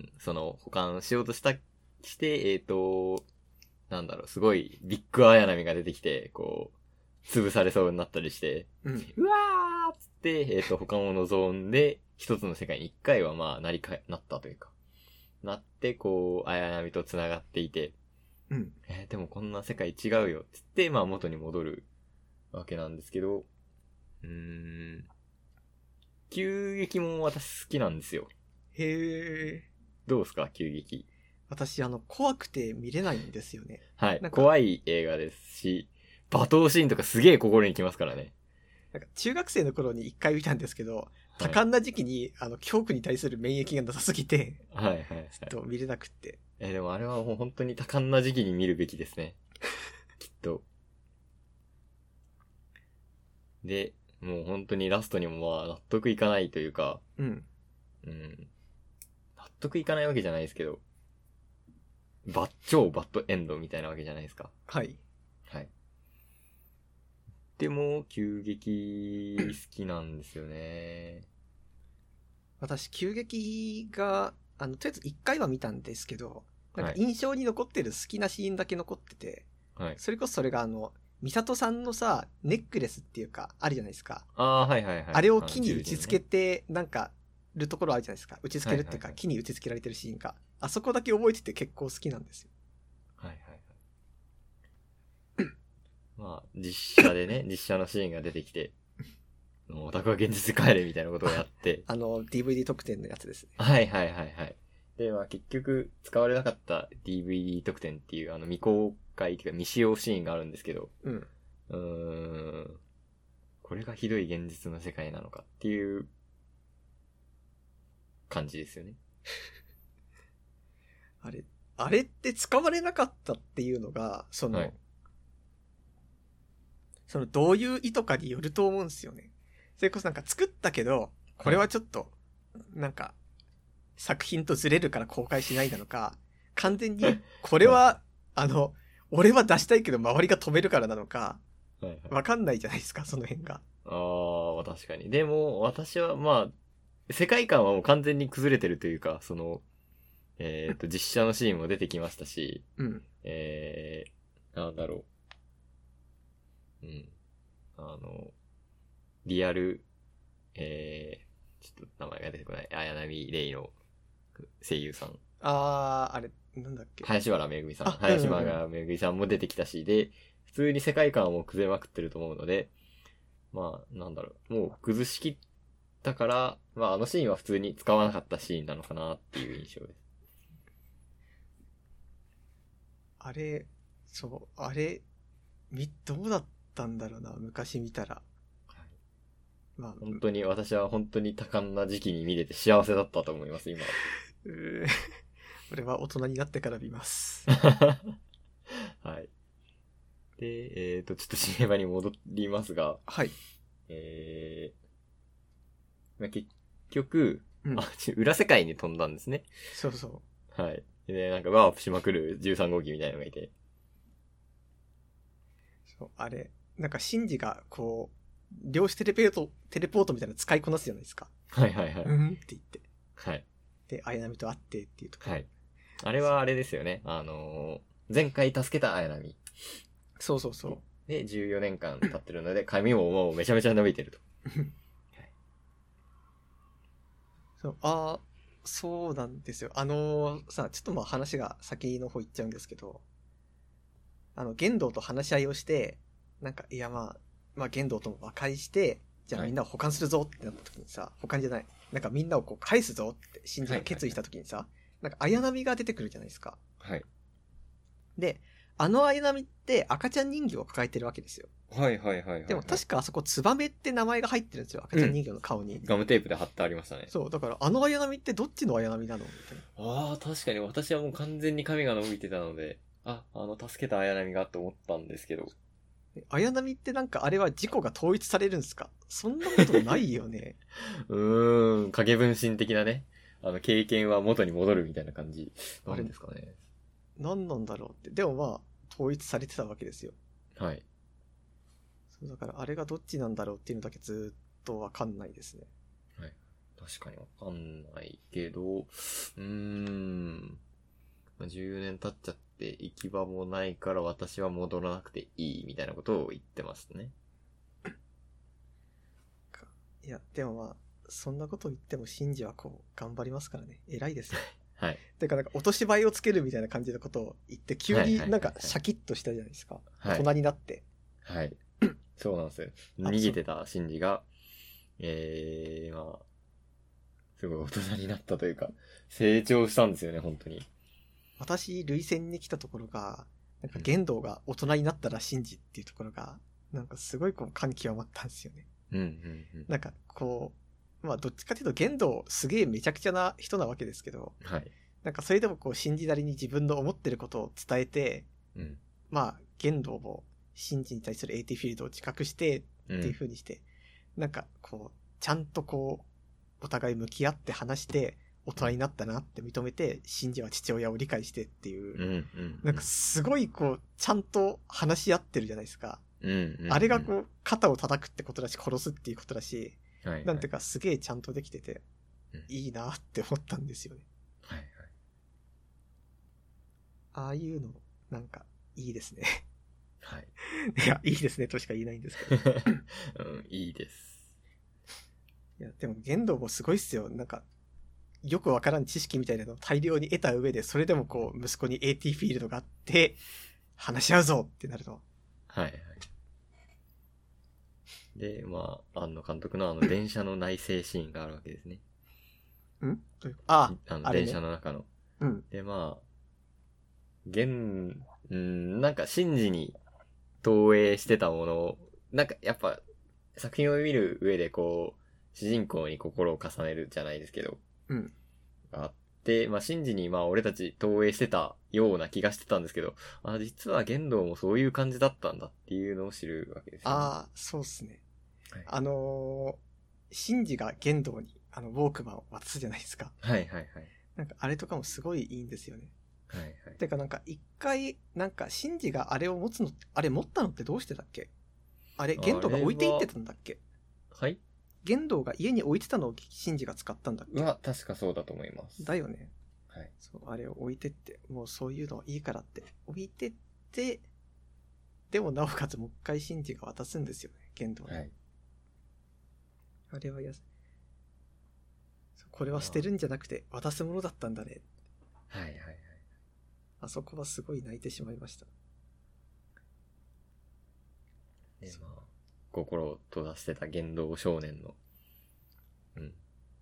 その保管しようとしたして、えっ、ー、と、なんだろう、すごいビッグ綾波が出てきて、こう、潰されそうになったりして、うん、うわーっつって、えっ、ー、と、保管を望んで、一つの世界に一回はまあ、なりか、なったというか、なって、こう、綾波と繋がっていて、うん、えー、でもこんな世界違うよ、つって、まあ、元に戻るわけなんですけど、うーん、急激も私好きなんですよ。 へー。 どうですか、急激。 私、あの、怖くて見れないんですよね。 はい。怖い映画ですし、罵倒シーンとかすげえ心にきますからね。 なんか中学生の頃に一回見たんですけど、はい、多感な時期に、あの、恐怖に対する免疫がなさすぎて、 はいはい、はい。 ちょっと見れなくって。 えー、でもあれはもう本当に多感な時期に見るべきですね。きっと。で、もう本当にラストにもまあ納得いかないというか、うん。うん。納得いかないわけじゃないですけど、バッ超バッドエンドみたいなわけじゃないですか。 はい。 はい。でも、急激好きなんですよね。 私、急激が、あの、とりあえず一回は見たんですけど、なんか印象に残ってる好きなシーンだけ残ってて、はい。それこそそれがあの、ミサトさんのさ、ネックレスっていうか、あるじゃないですか。 ああ、はいはいはい。 あれを木に打ち付けて、ね、なんか、るところあるじゃないですか。打ち付けるっていうか、はいはいはい、木に打ち付けられてるシーンが。あそこだけ覚えてて結構好きなんですよ。 はいはいまあ、実写でね、実写のシーンが出てきて、オタクは現実に帰れみたいなことをやって。 あの、ディーブイディー 特典のやつですね。 はいはいはいはい。で、まあ結局、使われなかった ディーブイディー 特典っていう、あの、未公開っていうか未使用シーンがあるんですけど、 うん。 うーん。これがひどい現実の世界なのかっていう感じですよね。 あれ、あれって使われなかったっていうのが、その、はい、そのどういう意図かによると思うんですよね。それこそなんか作ったけど、これはちょっと、なんか、作品とずれるから公開しないなのか、完全に、これは、はい、あの、俺は出したいけど周りが止めるからなのか、わ、はいはい、かんないじゃないですか、その辺が。 ああ、確かに。でも、私はまあ、世界観はもう完全に崩れてるというか、その、えっと、実写のシーンも出てきましたし、 うん。 えー、なんだろう。うん。あの、リアル、えー、ちょっと名前が出てこない、綾波レイの声優さん。 あー、あれ、なんだっけ。 林原めぐみさん。林原めぐみさんも出てきたし、で、普通に世界観も崩れまくってると思うので、まあ、なんだろう、もう崩しきったから、まああのシーンは普通に使わなかったシーンなのかなっていう印象です。 あれ、そう、あれ、み、どうだったんだろうな、昔見たら。はい、 まあ、本当に、私は本当に多感な時期に見れて幸せだったと思います、今。 うー俺は大人になってから見ます。 はい。で、えっ、ー、と、ちょっとシネマに戻りますが、 はい。 えー、まあ、結局、 うん、 あ、裏世界に飛んだんですね。 そうそう。はい。で、なんかワープしまくるじゅうさん号機みたいなのがいて。 そう、あれ、なんかシンジが、こう、量子テレペート、テレポートみたいなの使いこなすじゃないですか。 はいはいはい。 うんって言って。 はい。 で、綾波と会ってっていうところ。 はい。あれはあれですよね。あのー、前回助けた綾波。 そうそうそう。 で、じゅうよねんかん経ってるので、髪ももうめちゃめちゃ伸びてると。 そう、ああ、そうなんですよ。あのー、さ、ちょっとまあ話が先の方行っちゃうんですけど、あの、玄道と話し合いをして、なんか、いやまあ、まあ玄道とも和解して、じゃあみんなを保管するぞってなった時にさ、はい、保管じゃない。なんかみんなをこう返すぞって信じが決意した時にさ、はいはいはい、なんか綾波が出てくるじゃないですか。 はい。 で、あの綾波って赤ちゃん人形を抱えてるわけですよ。 はいはいはいはい、はい。 でも確かあそこツバメって名前が入ってるんですよ。赤ちゃん人形の顔に。 うん、ガムテープで貼ってありましたね。 そう、だからあの綾波ってどっちの綾波なのみたいな。ああ、確かに私はもう完全に髪が伸びてたので、あ、あの、助けた綾波がと思ったんですけど。 綾波ってなんかあれは自己が統一されるんですか？そんなことないよね。 うーん、影分身的なね。あの、経験は元に戻るみたいな感じ。あれですかね。 何なんだろうって。でもまあ、統一されてたわけですよ。 はい。 そうだからあれがどっちなんだろうっていうのだけずっとわかんないですね。 はい。確かにわかんないけど、うーん。じゅうねん経っちゃって行き場もないから私は戻らなくていいみたいなことを言ってますね。 いや、でもまあ、そんなこと言ってもシンジはこう、頑張りますからね。偉いですよ。 はい。 てかなんか落とし映えをつけるみたいな感じのことを言って、急になんかシャキッとしたじゃないですか。大人になって。 はい。そうなんですよ。逃げてたシンジが、えー、まあ、すごい大人になったというか、成長したんですよね、本当に。 私、類線に来たところが、なんか玄道が大人になったらシンジっていうところが、なんかすごいこう感極まったんですよね。 うんうんうん。 なんかこう、まあどっちかというと玄道すげえめちゃくちゃな人なわけですけど、 はい。 なんかそれでもこうシンジなりに自分の思ってることを伝えて、 うん、 まあ玄道もシンジに対する エーティー フィールドを自覚してっていう風にして、うん、なんかこう、ちゃんとこう、お互い向き合って話して、大人になったなって認めて、シンジは父親を理解してっていう、 うんうんうん、 なんかすごいこう、ちゃんと話し合ってるじゃないですか。 うんうんうん、 あれがこう、肩を叩くってことだし、殺すっていうことだし、 はいはい、 なんていうかすげえちゃんとできてて、うん、いいなって思ったんですよね。 はいはい。 ああいうの、なんか、いいですね。 はい。 いや、いいですねとしか言えないんですけど。 うん、いいです。 いや、でも玄道もすごいっすよ。なんか、よくわからん知識みたいなのを大量に得た上で、それでもこう、息子に エーティー フィールドがあって、話し合うぞってなるの。 はいはい。 で、まあ、庵野監督のあの、電車の内製シーンがあるわけですね。 んどういうああの、 あれね電車の中の。 うん。 で、まあ、現、んなんか、シンジに投影してたものを、なんか、やっぱ、作品を見る上で、こう、主人公に心を重ねるじゃないですけど、 うん。 あって、まあ、シンジに、まあ、俺たち投影してたような気がしてたんですけど、あ、実は玄道もそういう感じだったんだっていうのを知るわけですよね。 ああ、そうっすね。 はい、 あのー、シンジが玄道に、あの、ウォークマンを渡すじゃないですか。 はいはいはい。 なんか、あれとかもすごいいいんですよね。 はいはい。 てかなんか、一回、なんか、シンジがあれを持つの、あれ持ったのってどうしてだっけ？あれ、玄道が置いていってたんだっけ？ はい。 玄道が家に置いてたのをシンジが使ったんだっけ？ うわ、確かそうだと思います。 だよね。 はい。 そう、あれを置いてって、もうそういうのいいからって置いてって、でもなおかつもう一回シンジが渡すんですよね、玄道に。はい。あれはやす、これは捨てるんじゃなくて渡すものだったんだね。 はいはいはい。 あそこはすごい泣いてしまいました。 で、まあ、心を閉ざしてた言動少年の、うん、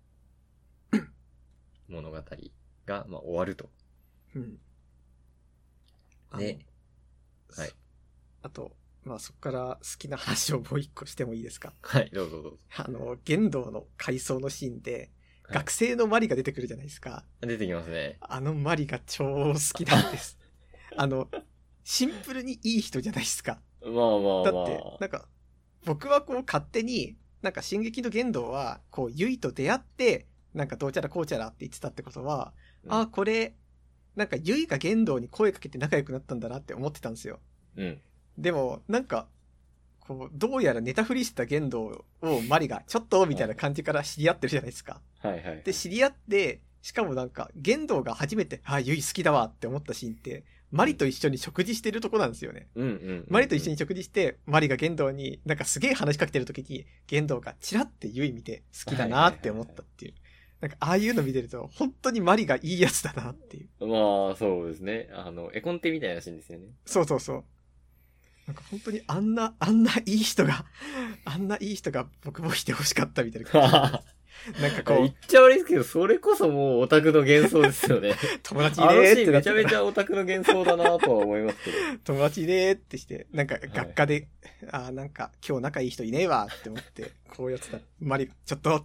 物語が、まあ、終わると。 うん。 で、はい。 あと、まあそこから好きな話をもう一個してもいいですか？ はい、どうぞどうぞ。 あの、玄道の回想のシーンで、学生のマリが出てくるじゃないですか。 出てきますね。 あのマリが超好きなんです。あの、シンプルにいい人じゃないですか。 まあまあまあ。 だって、なんか、僕はこう勝手に、なんか進撃の玄道は、こう、ユイと出会って、なんかどうちゃらこうちゃらって言ってたってことは、うん、あ、これ、なんかユイが玄道に声かけて仲良くなったんだなって思ってたんですよ。 うん。 でも、なんか、こう、どうやらネタフリしてた玄道をマリが、ちょっとみたいな感じから知り合ってるじゃないですか。 はいはい。 で、知り合って、しかもなんか、玄道が初めて、あ、ユイ好きだわって思ったシーンって、マリと一緒に食事してるとこなんですよね。 うんうんうんうん、 マリと一緒に食事して、マリが玄道に、なんかすげえ話しかけてる時に、玄道がチラってユイ見て好きだなって思ったっていう。なんか、ああいうの見てると、本当にマリがいいやつだなっていう。 まあ、そうですね。あの、絵コンテみたいなシーンですよね。 そうそうそう。なんか本当にあんな、あんないい人が、あんないい人が僕もいてほしかったみたいな感じ。なんかこう。 言っちゃ悪いですけど、それこそもうオタクの幻想ですよね。 友達いねーって。 めちゃめちゃオタクの幻想だなとは思いますけど。 友達いねーってして、なんか学科で、はい、あなんか今日仲いい人いねえわって思って、こうやってたら、マリが、ちょっとって。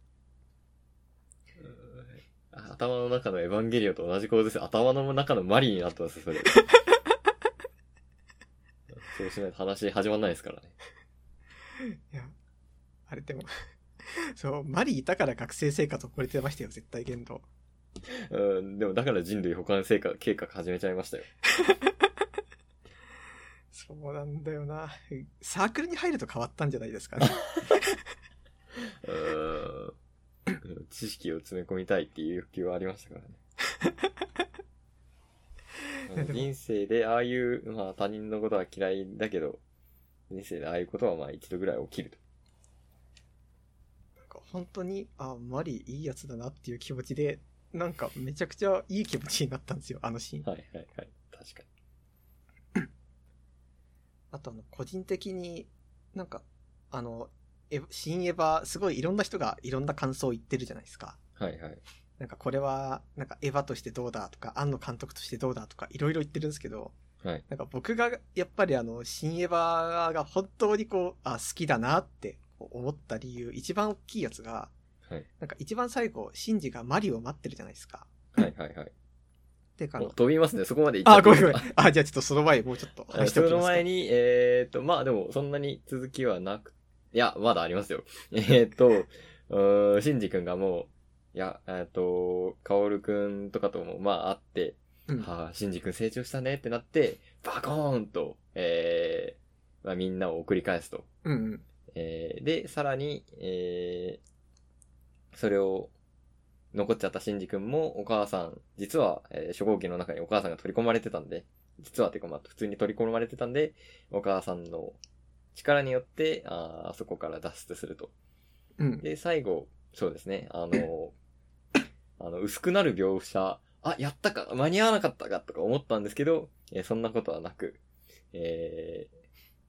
頭の中のエヴァンゲリオンと同じ構図です。頭の中のマリになってます、それ。そうしないと話始まんないですからね。 いや、あれでも、そう、マリいたから学生生活遅れてましたよ、絶対言動。 うん、でもだから人類保管生活計画始めちゃいましたよ。 そうなんだよな。サークルに入ると変わったんじゃないですかね。 うん知識を詰め込みたいっていう欲求はありましたからね。人生でああいう、まあ他人のことは嫌いだけど、人生でああいうことはまあ一度ぐらい起きると。 なんか本当に、あ、マリいいやつだなっていう気持ちで、なんかめちゃくちゃいい気持ちになったんですよ、あのシーン。 はいはいはい。確かに。 あとあの、個人的になんか、あの、新エヴァ、すごいいろんな人がいろんな感想を言ってるじゃないですか。 はいはい。 なんかこれは、なんかエヴァとしてどうだとか、庵野監督としてどうだとか、いろいろ言ってるんですけど、 はい。 なんか僕がやっぱりあの、新エヴァが本当にこう、あ、好きだなって思った理由、一番大きいやつが、 はい。 なんか一番最後、シンジがマリを待ってるじゃないですか。 はいはいはい。 てか、 飛びますね。そこまで行っちゃって。 あ、ごめんごめん。あ、じゃあちょっとその前もうちょっと話しておきますか。 その前に、えーっと、まあでもそんなに続きはなく、いや、まだありますよ。えーっと、うーシンジ君がもう、いや、えーっと、カオル君とかともまあ会って、うん、はあ、シンジ君成長したねってなって、バコーンと、えー、まあみんなを送り返すと。 うんうん、 えー、で、さらに、えー、それを、残っちゃったシンジ君もお母さん、実は、えー、初号機の中にお母さんが取り込まれてたんで、実はてかまあ普通に取り込まれてたんで、お母さんの力によって、あそこから脱出すると。 うん、 で、最後、そうですね、あの、あの、薄くなる描写、あ、やったか、間に合わなかったかとか思ったんですけど、えー、そんなことはなく、え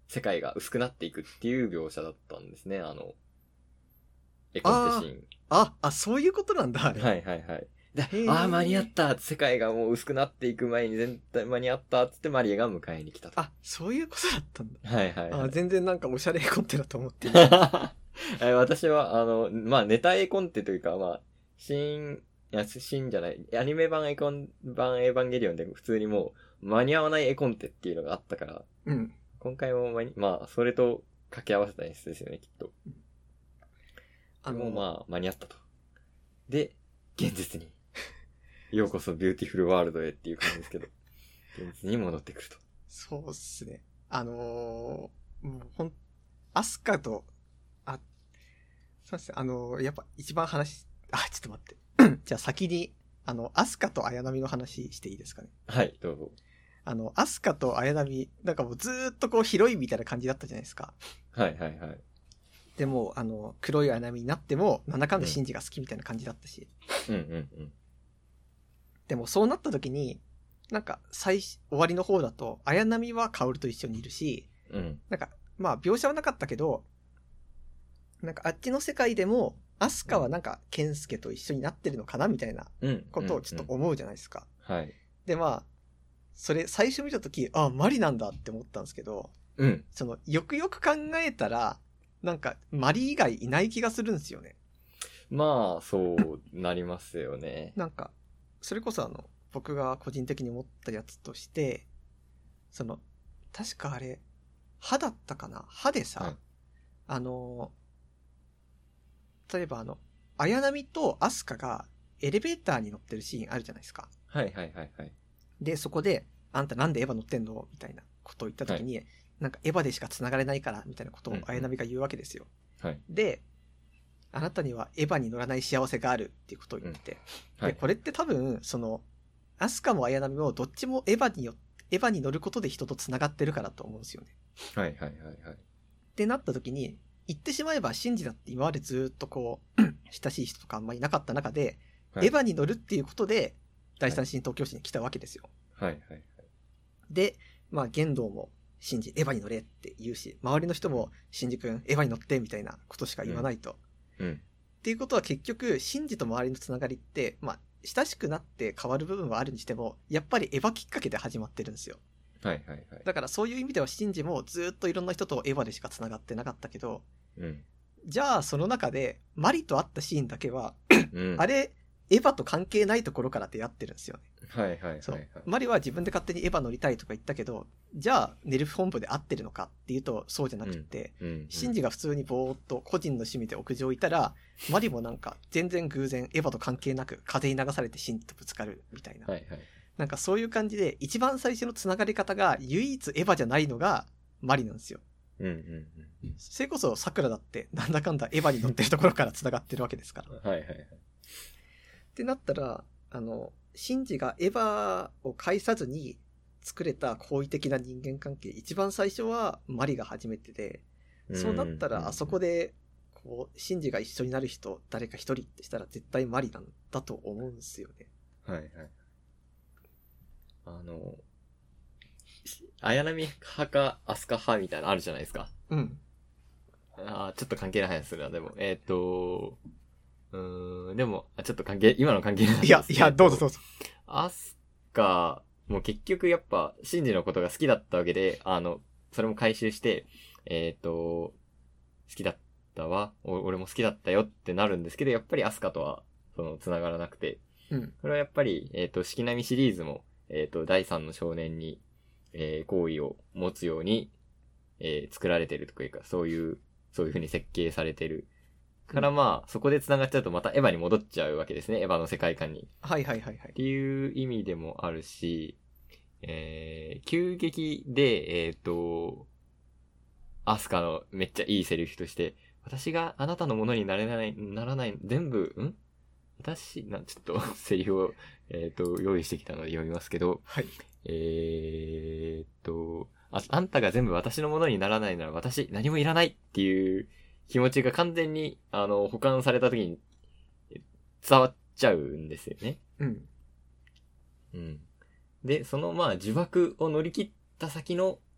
世界が薄くなっていくっていう描写だったんですね、あの、絵コンテシーン。 あ、あ、そういうことなんだ、あれ。 はいはいはい。で、 へーああ、間に合った世界がもう薄くなっていく前に全体間に合ったっつってマリエが迎えに来たと。 あ、そういうことだったんだ。 はいはいはい。 あ、全然なんかおしゃれ絵コンテだと思ってる。 え私は、あの、まあ、ネタ絵コンテというか、まあ、新、いや、新じゃない、アニメ版エコン、版エヴァンゲリオンで普通にもう、間に合わない絵コンテっていうのがあったから、 うん。 今回も間に、まあ、それと掛け合わせた演出ですよね、きっと。 あのでもまあ、間に合ったと。で、現実に。ようこそビューティフルワールドへっていう感じですけど、現実に戻ってくると。 そうっすね。あのー、もうほん、アスカと、あ、そうですね。あのー、やっぱ一番話、あ、ちょっと待って。じゃあ先に、あの、アスカと綾波の話していいですかね。 はい、どうぞ。 あの、アスカと綾波、なんかもうずーっとこうヒロインみたいな感じだったじゃないですか。 はいはいはい。 でも、あの、黒い綾波になっても、なんだかんだシンジが好きみたいな感じだったし。 うんうんうん。 でもそうなった時に、なんか最、終わりの方だと、綾波は薫と一緒にいるし、 うん。 なんか、まあ描写はなかったけど、なんかあっちの世界でも、アスカはなんか、ケンスケと一緒になってるのかなみたいなうん。 ことをちょっと思うじゃないですか。 はい。 で、まあ、それ最初見た時、あ、マリなんだって思ったんですけど、 うん。 その、よくよく考えたら、なんか、マリ以外いない気がするんですよね。 まあ、そうなりますよね。 なんか、それこそあの、僕が個人的に思ったやつとして、その、確かあれ、歯だったかな歯でさ、 はいあの、例えばあの、綾波とアスカがエレベーターに乗ってるシーンあるじゃないですか。 はいはいはいはい。 で、そこで、あんたなんでエヴァ乗ってんのみたいなことを言った時に、なんかエヴァでしか繋がれないから、みたいなことを綾波が言うわけですよ。 はい。 で、あなたにはエヴァに乗らない幸せがあるっていうことを言ってて、 はい。 で、これって多分、その、アスカも綾波もどっちもエヴァによ、エヴァに乗ることで人と繋がってるからと思うんですよね。 はいはいはいはい。 ってなった時に、言ってしまえばシンジだって今までずっとこう、親しい人とかあんまりいなかった中で、 はいエヴァに乗るっていうことで、第三新東京市に来たわけですよ。 はいはいはい。 で、まあ、玄道も、シンジ、エヴァに乗れって言うし、周りの人も、シンジ君、エヴァに乗ってみたいなことしか言わないと。 うん。 っていうことは結局、シンジと周りのつながりって、まあ、親しくなって変わる部分はあるにしても、やっぱりエヴァきっかけで始まってるんですよ。 はいはいはい。 だからそういう意味ではシンジもずっといろんな人とエヴァでしかつながってなかったけど、 うん。 じゃあその中でマリと会ったシーンだけは、 うん。 あれ、エヴァと関係ないところから出会ってるんですよね。 はいはいはいはい。 そう。マリは自分で勝手にエヴァ乗りたいとか言ったけど、じゃあネルフ本部で会ってるのかっていうとそうじゃなくって、 うんうん、 シンジが普通にぼーっと個人の趣味で屋上いたら、マリもなんか全然偶然エヴァと関係なく風に流されてシンジとぶつかるみたいな。 はいはい。 なんかそういう感じで一番最初のつながり方が唯一エヴァじゃないのがマリなんですよ。 うんうんうん。 それこそ桜だってなんだかんだエヴァに乗ってるところからつながってるわけですから。 はいはいはい。 ってなったら、あの、シンジがエヴァを介さずに作れた好意的な人間関係、一番最初はマリが初めてで、そうなったらあそこで、こう、シンジが一緒になる人、誰か一人ってしたら絶対マリなんだと思うんですよね。 はいはい。あの、綾波派かアスカ派みたいなのあるじゃないですか。 うん。 あちょっと関係ない話するな、でも。えっ、ー、と、うーん、でも、ちょっと関係、今の関係ない話いや、いや、どうぞどうぞ。 アスカ、もう結局やっぱ、シンジのことが好きだったわけで、あの、それも回収して、えっ、ー、と、好きだったわ、俺も好きだったよってなるんですけど、やっぱりアスカとは、その、繋がらなくて。 うん。 これはやっぱり、えっ、ー、と、四季並みシリーズも、えっ、ー、と、第三の少年に、えー、好意を持つように、えー、作られてるというか、そういう、そういう風に設計されてる。からまあ、そこで繋がっちゃうとまたエヴァに戻っちゃうわけですね。エヴァの世界観に。 はいはいはいはい。 っていう意味でもあるし、えー、急激で、えっ、ー、と、アスカのめっちゃいいセリフとして、私があなたのものになれない、ならない、全部、ん私、な、ちょっとセリフを、えっ、ー、と、用意してきたので読みますけど、 はい。 えーっと、あ、あんたが全部私のものにならないなら私何もいらないっていう気持ちが完全に、あの、保管された時に伝わっちゃうんですよね。 うん。 うん。で、そのまあ呪縛を乗り切った先の、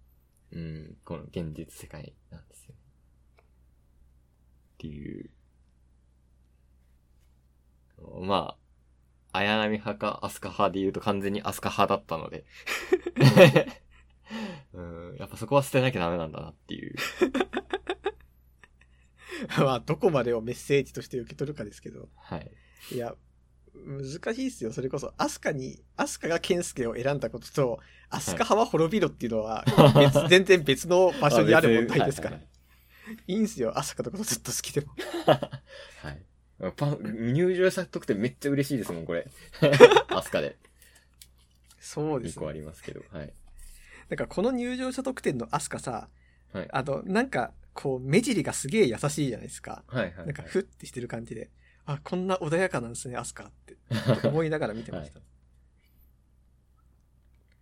うん、この現実世界なんですよね。っていう。まあ、綾波派かアスカ派で言うと完全にアスカ派だったので。うん、やっぱそこは捨てなきゃダメなんだなっていう。 まあ、どこまでをメッセージとして受け取るかですけど。 はい。 いや、難しいっすよ。それこそ、アスカに、アスカがケンスケを選んだことと、アスカ派は滅びろっていうのは別、全然別の場所にある問題ですから。いいんすよ、アスカのことずっと好きでも。 はい。パ入場者特典めっちゃ嬉しいですもん、これ。アスカで。 そうですね。 にこありますけど、はい。 なんかこの入場者特典のアスカさ、 はい、 あの、なんか、こう、目尻がすげえ優しいじゃないですか。 はいはい、はい。 なんか、ふってしてる感じで。あ、こんな穏やかなんですね、アスカって。思いながら見てました。はい、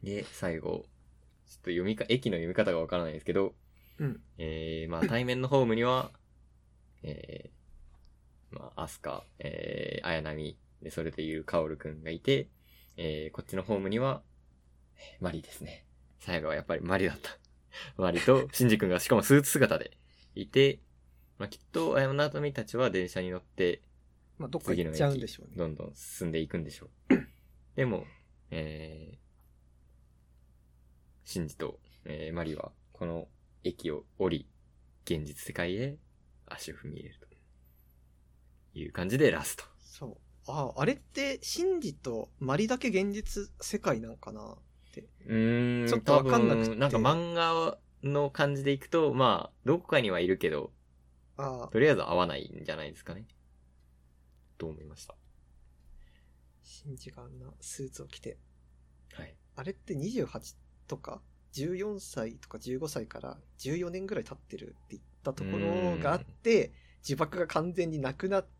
で、最後、ちょっと読みか、駅の読み方がわからないんですけど、 うん。 えー、まあ対面のホームには、えー、まあ、アスカ、えー、綾波、で、それでいうカオルくんがいて、えー、こっちのホームには、マリですね。最後はやっぱりマリだった。マリと、シンジ君がしかもスーツ姿でいて、まあ、きっと、綾波たちは電車に乗って、 まあ、どっか行っちゃうんでしょうね。 どんどん進んでいくんでしょう。でも、えー、シンジと、えー、マリは、この駅を降り、現実世界へ足を踏み入れるという感じでラスト。 そう。ああ、あれって、シンジとマリだけ現実世界なんかなって。 うーん、 ちょっとわかんなくて。 なんか漫画の感じでいくと、まあ、どこかにはいるけど、 あとりあえず会わないんじゃないですかね。と思いました。 シンジがあんなスーツを着て。 はい。 あれってにじゅうはちとかじゅうよんさいとかじゅうごさいからじゅうよねんぐらい経ってるって言ったところがあって、呪縛が完全になくなって、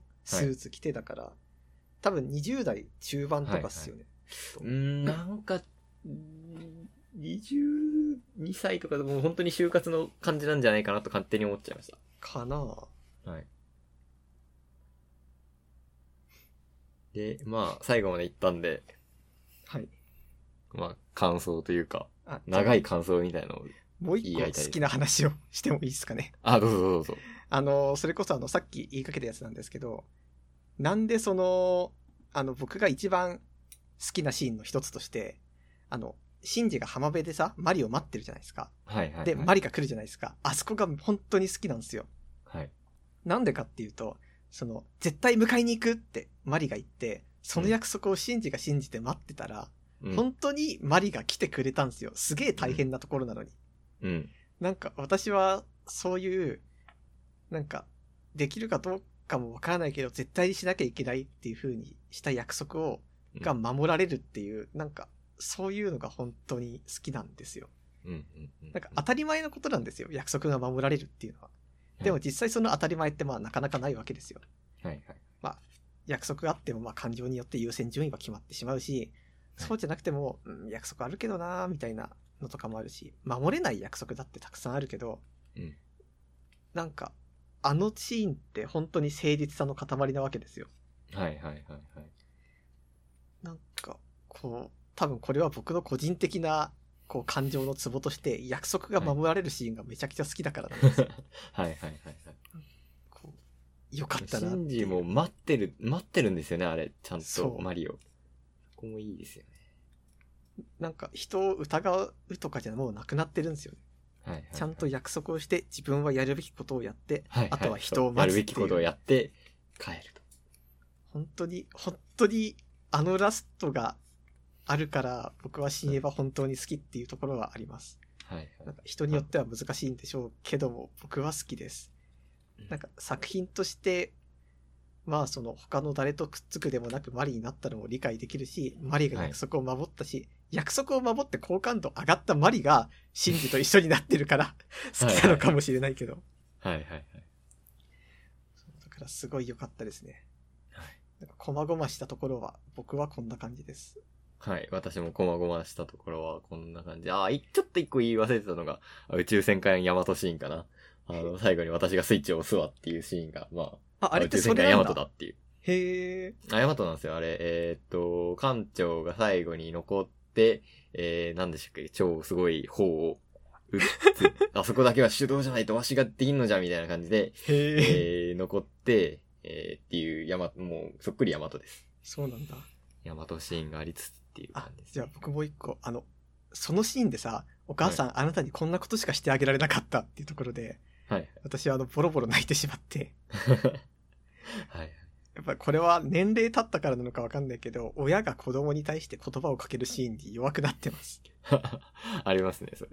スーツ着てだから、はい、多分にじゅう代中盤とかっすよね。 はいはい、うん、なんか、にじゅうにさいとかでも本当に就活の感じなんじゃないかなと勝手に思っちゃいました。 かなぁ。 はい。で、まあ、最後まで行ったんで、 はい。 まあ、感想というか、長い感想みたいなのをもう一個好きな話をしてもいいですかね。 あ、どうぞどうぞ。 あの、それこそあの、さっき言いかけたやつなんですけど、なんでその、あの、僕が一番好きなシーンの一つとして、あの、シンジが浜辺でさ、マリを待ってるじゃないですか。 はいはい、はい。 で、マリが来るじゃないですか。あそこが本当に好きなんですよ。 はい。 なんでかっていうと、その、絶対迎えに行くってマリが言って、その約束をシンジが信じて待ってたら、うん、本当にマリが来てくれたんですよ。すげえ大変なところなのに。 うん。 なんか私はそういう、なんか、できるかどうかもわからないけど、絶対にしなきゃいけないっていう風にした約束を、が守られるっていう、なんか、そういうのが本当に好きなんですよ。 うんうんうん、 なんか当たり前のことなんですよ。約束が守られるっていうのは。でも実際その当たり前ってまあなかなかないわけですよ。 はいはい。 まあ、約束があってもまあ感情によって優先順位は決まってしまうし、そうじゃなくても、うん、約束あるけどなーみたいなのとかもあるし、守れない約束だってたくさんあるけど、 うん、 なんか、あのシーンって本当に誠実さの塊なわけですよ。 はいはいはいはい。 なんか、こう、多分これは僕の個人的な、こう感情のツボとして約束が守られるシーンがめちゃくちゃ好きだからなんですよ。 はいはいはいはい。 こうよかったなって。 シンジも待ってる、待ってるんですよね、あれ。ちゃんとマリオ。ここもいいですよね。 なんか人を疑うとかじゃもうなくなってるんですよね。 はいはいはい、 ちゃんと約束をして自分はやるべきことをやって、 はいはい、 あとは人を待つっていう。 やるべきことをやって帰ると。 本当に、本当にあのラストがあるから僕は新エヴァ本当に好きっていうところはあります。 はいはい、 なんか人によっては難しいんでしょうけども僕は好きです。なんか作品としてまあその他の誰とくっつくでもなくマリになったのも理解できるし、マリが約束を守ったし、はい、約束を守って好感度上がったマリがシンジと一緒になってるから好きなのかもしれないけど。 はいはいはい。 だからすごい良かったですね。 はい。 なんか細々したところは僕はこんな感じです。 はい。私も細々したところはこんな感じ。ああ、ちょっと一個言い忘れてたのが、宇宙戦艦ヤマトシーンかな。あの、最後に私がスイッチを押すわっていうシーンが、まあ、 あ、あれってそれなんだ。 ヤマトだっていう。 へえ。 あ、ヤマトなんですよ。あれ、えー、っと、艦長が最後に残って、えー、なんでしたっけ、超すごい砲をうっつあそこだけは手動じゃないとわしができんのじゃみたいな感じで、 へえ。 えー、残って、えー、っていう山、もうそっくり大和です。 そうなんだ。 大和シーンがありつつっていうあ感じです、ね。 じゃあ僕もう一個、あの、そのシーンでさ、お母さん、はい、あなたにこんなことしかしてあげられなかったっていうところで、 はい。 私はあの、ボロボロ泣いてしまって。 はい。 やっぱこれは年齢経ったからなのかわかんないけど、親が子供に対して言葉をかけるシーンに弱くなってます。 ありますね、それ。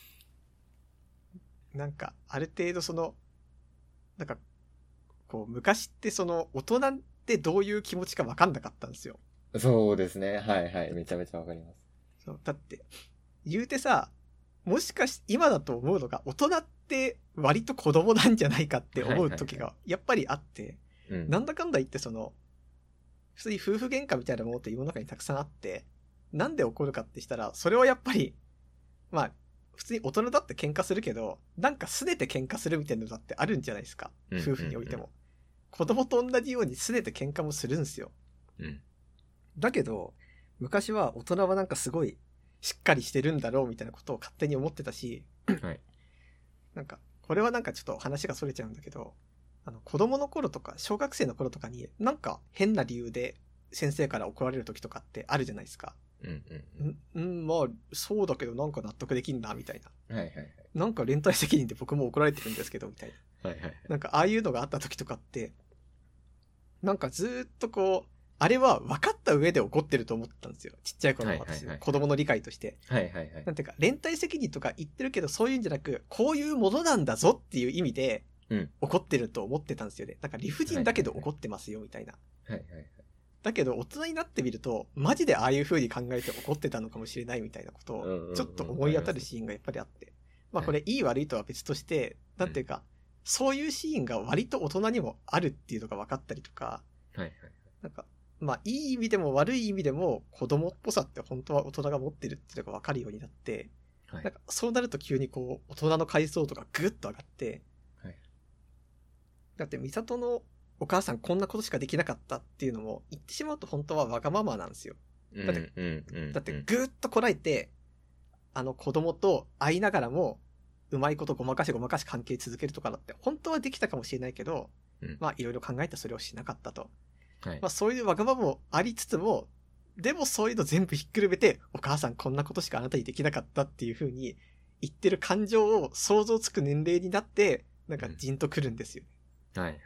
なんか、ある程度その、なんか、こう、昔ってその、大人ってどういう気持ちかわかんなかったんですよ。 そうですね。はいはい。めちゃめちゃわかります。 そう。だって、言うてさ、もしかし、今だと思うのが、大人って割と子供なんじゃないかって思う時が、やっぱりあって、 うん、 なんだかんだ言ってその、普通に夫婦喧嘩みたいなものって世の中にたくさんあって、なんで起こるかってしたら、それはやっぱり、まあ、普通に大人だって喧嘩するけど、なんか拗ねて喧嘩するみたいなのだってあるんじゃないですか。夫婦においても。うんうんうん、子供と同じように拗ねて喧嘩もするんですよ。 うん。 だけど、昔は大人はなんかすごいしっかりしてるんだろうみたいなことを勝手に思ってたし、 はい。 なんか、これはなんかちょっと話が逸れちゃうんだけど、あの、子供の頃とか、小学生の頃とかに、なんか変な理由で先生から怒られる時とかってあるじゃないですか。 うんうんうん、ん、まあ、そうだけどなんか納得できんな、みたいな。 はいはいはい。 なんか連帯責任で僕も怒られてるんですけど、みたいな。 はいはいはい。 なんかああいうのがあった時とかって、なんかずーっとこう、あれは分かった上で怒ってると思ったんですよ。ちっちゃい頃の私、はいはいはい、子供の理解として。 はいはいはい。 なんていうか、連帯責任とか言ってるけど、そういうんじゃなく、こういうものなんだぞっていう意味で、怒ってると思ってたんですよね。なんか理不尽だけど怒ってますよ、みたいな。 はいはいはい。 だけど、大人になってみると、マジでああいう風に考えて怒ってたのかもしれないみたいなことを、ちょっと思い当たるシーンがやっぱりあって。まあこれ、いい悪いとは別として、なんていうか、そういうシーンが割と大人にもあるっていうのが分かったりとか、 はいはい。 なんか、まあいい意味でも悪い意味でも子供っぽさって本当は大人が持ってるっていうのが分かるようになって、はい、なんかそうなると急にこう大人の階層とかグッと上がって、はい、だって美里のお母さんこんなことしかできなかったっていうのも言ってしまうと本当はわがままなんですよ。だって、うんうんうんうん、だってグッとこらえてあの子供と会いながらもうまいことごまかしごまかし関係続けるとかだって本当はできたかもしれないけど、うん、まあいろいろ考えてそれをしなかったと。はい、まあそういうわがままもありつつも、でもそういうの全部ひっくるめて、お母さんこんなことしかあなたにできなかったっていう風に言ってる感情を想像つく年齢になって、なんかじんとくるんですよね。 うん、はいはい。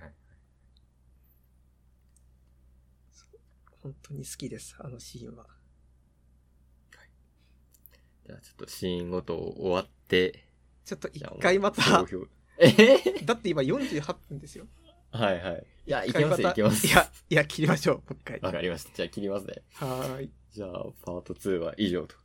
本当に好きです、あのシーンは。はい、 じゃあちょっとシーンごと終わって、 ちょっと一回また、 えー、 だって今よんじゅうはっぷんですよ。 はいはい。いや、いけますよ、いけます。 いや、いや、切りましょう、もう一回。 わかりました。じゃあ切りますね。 はーい。 じゃあ、パートツーは以上と。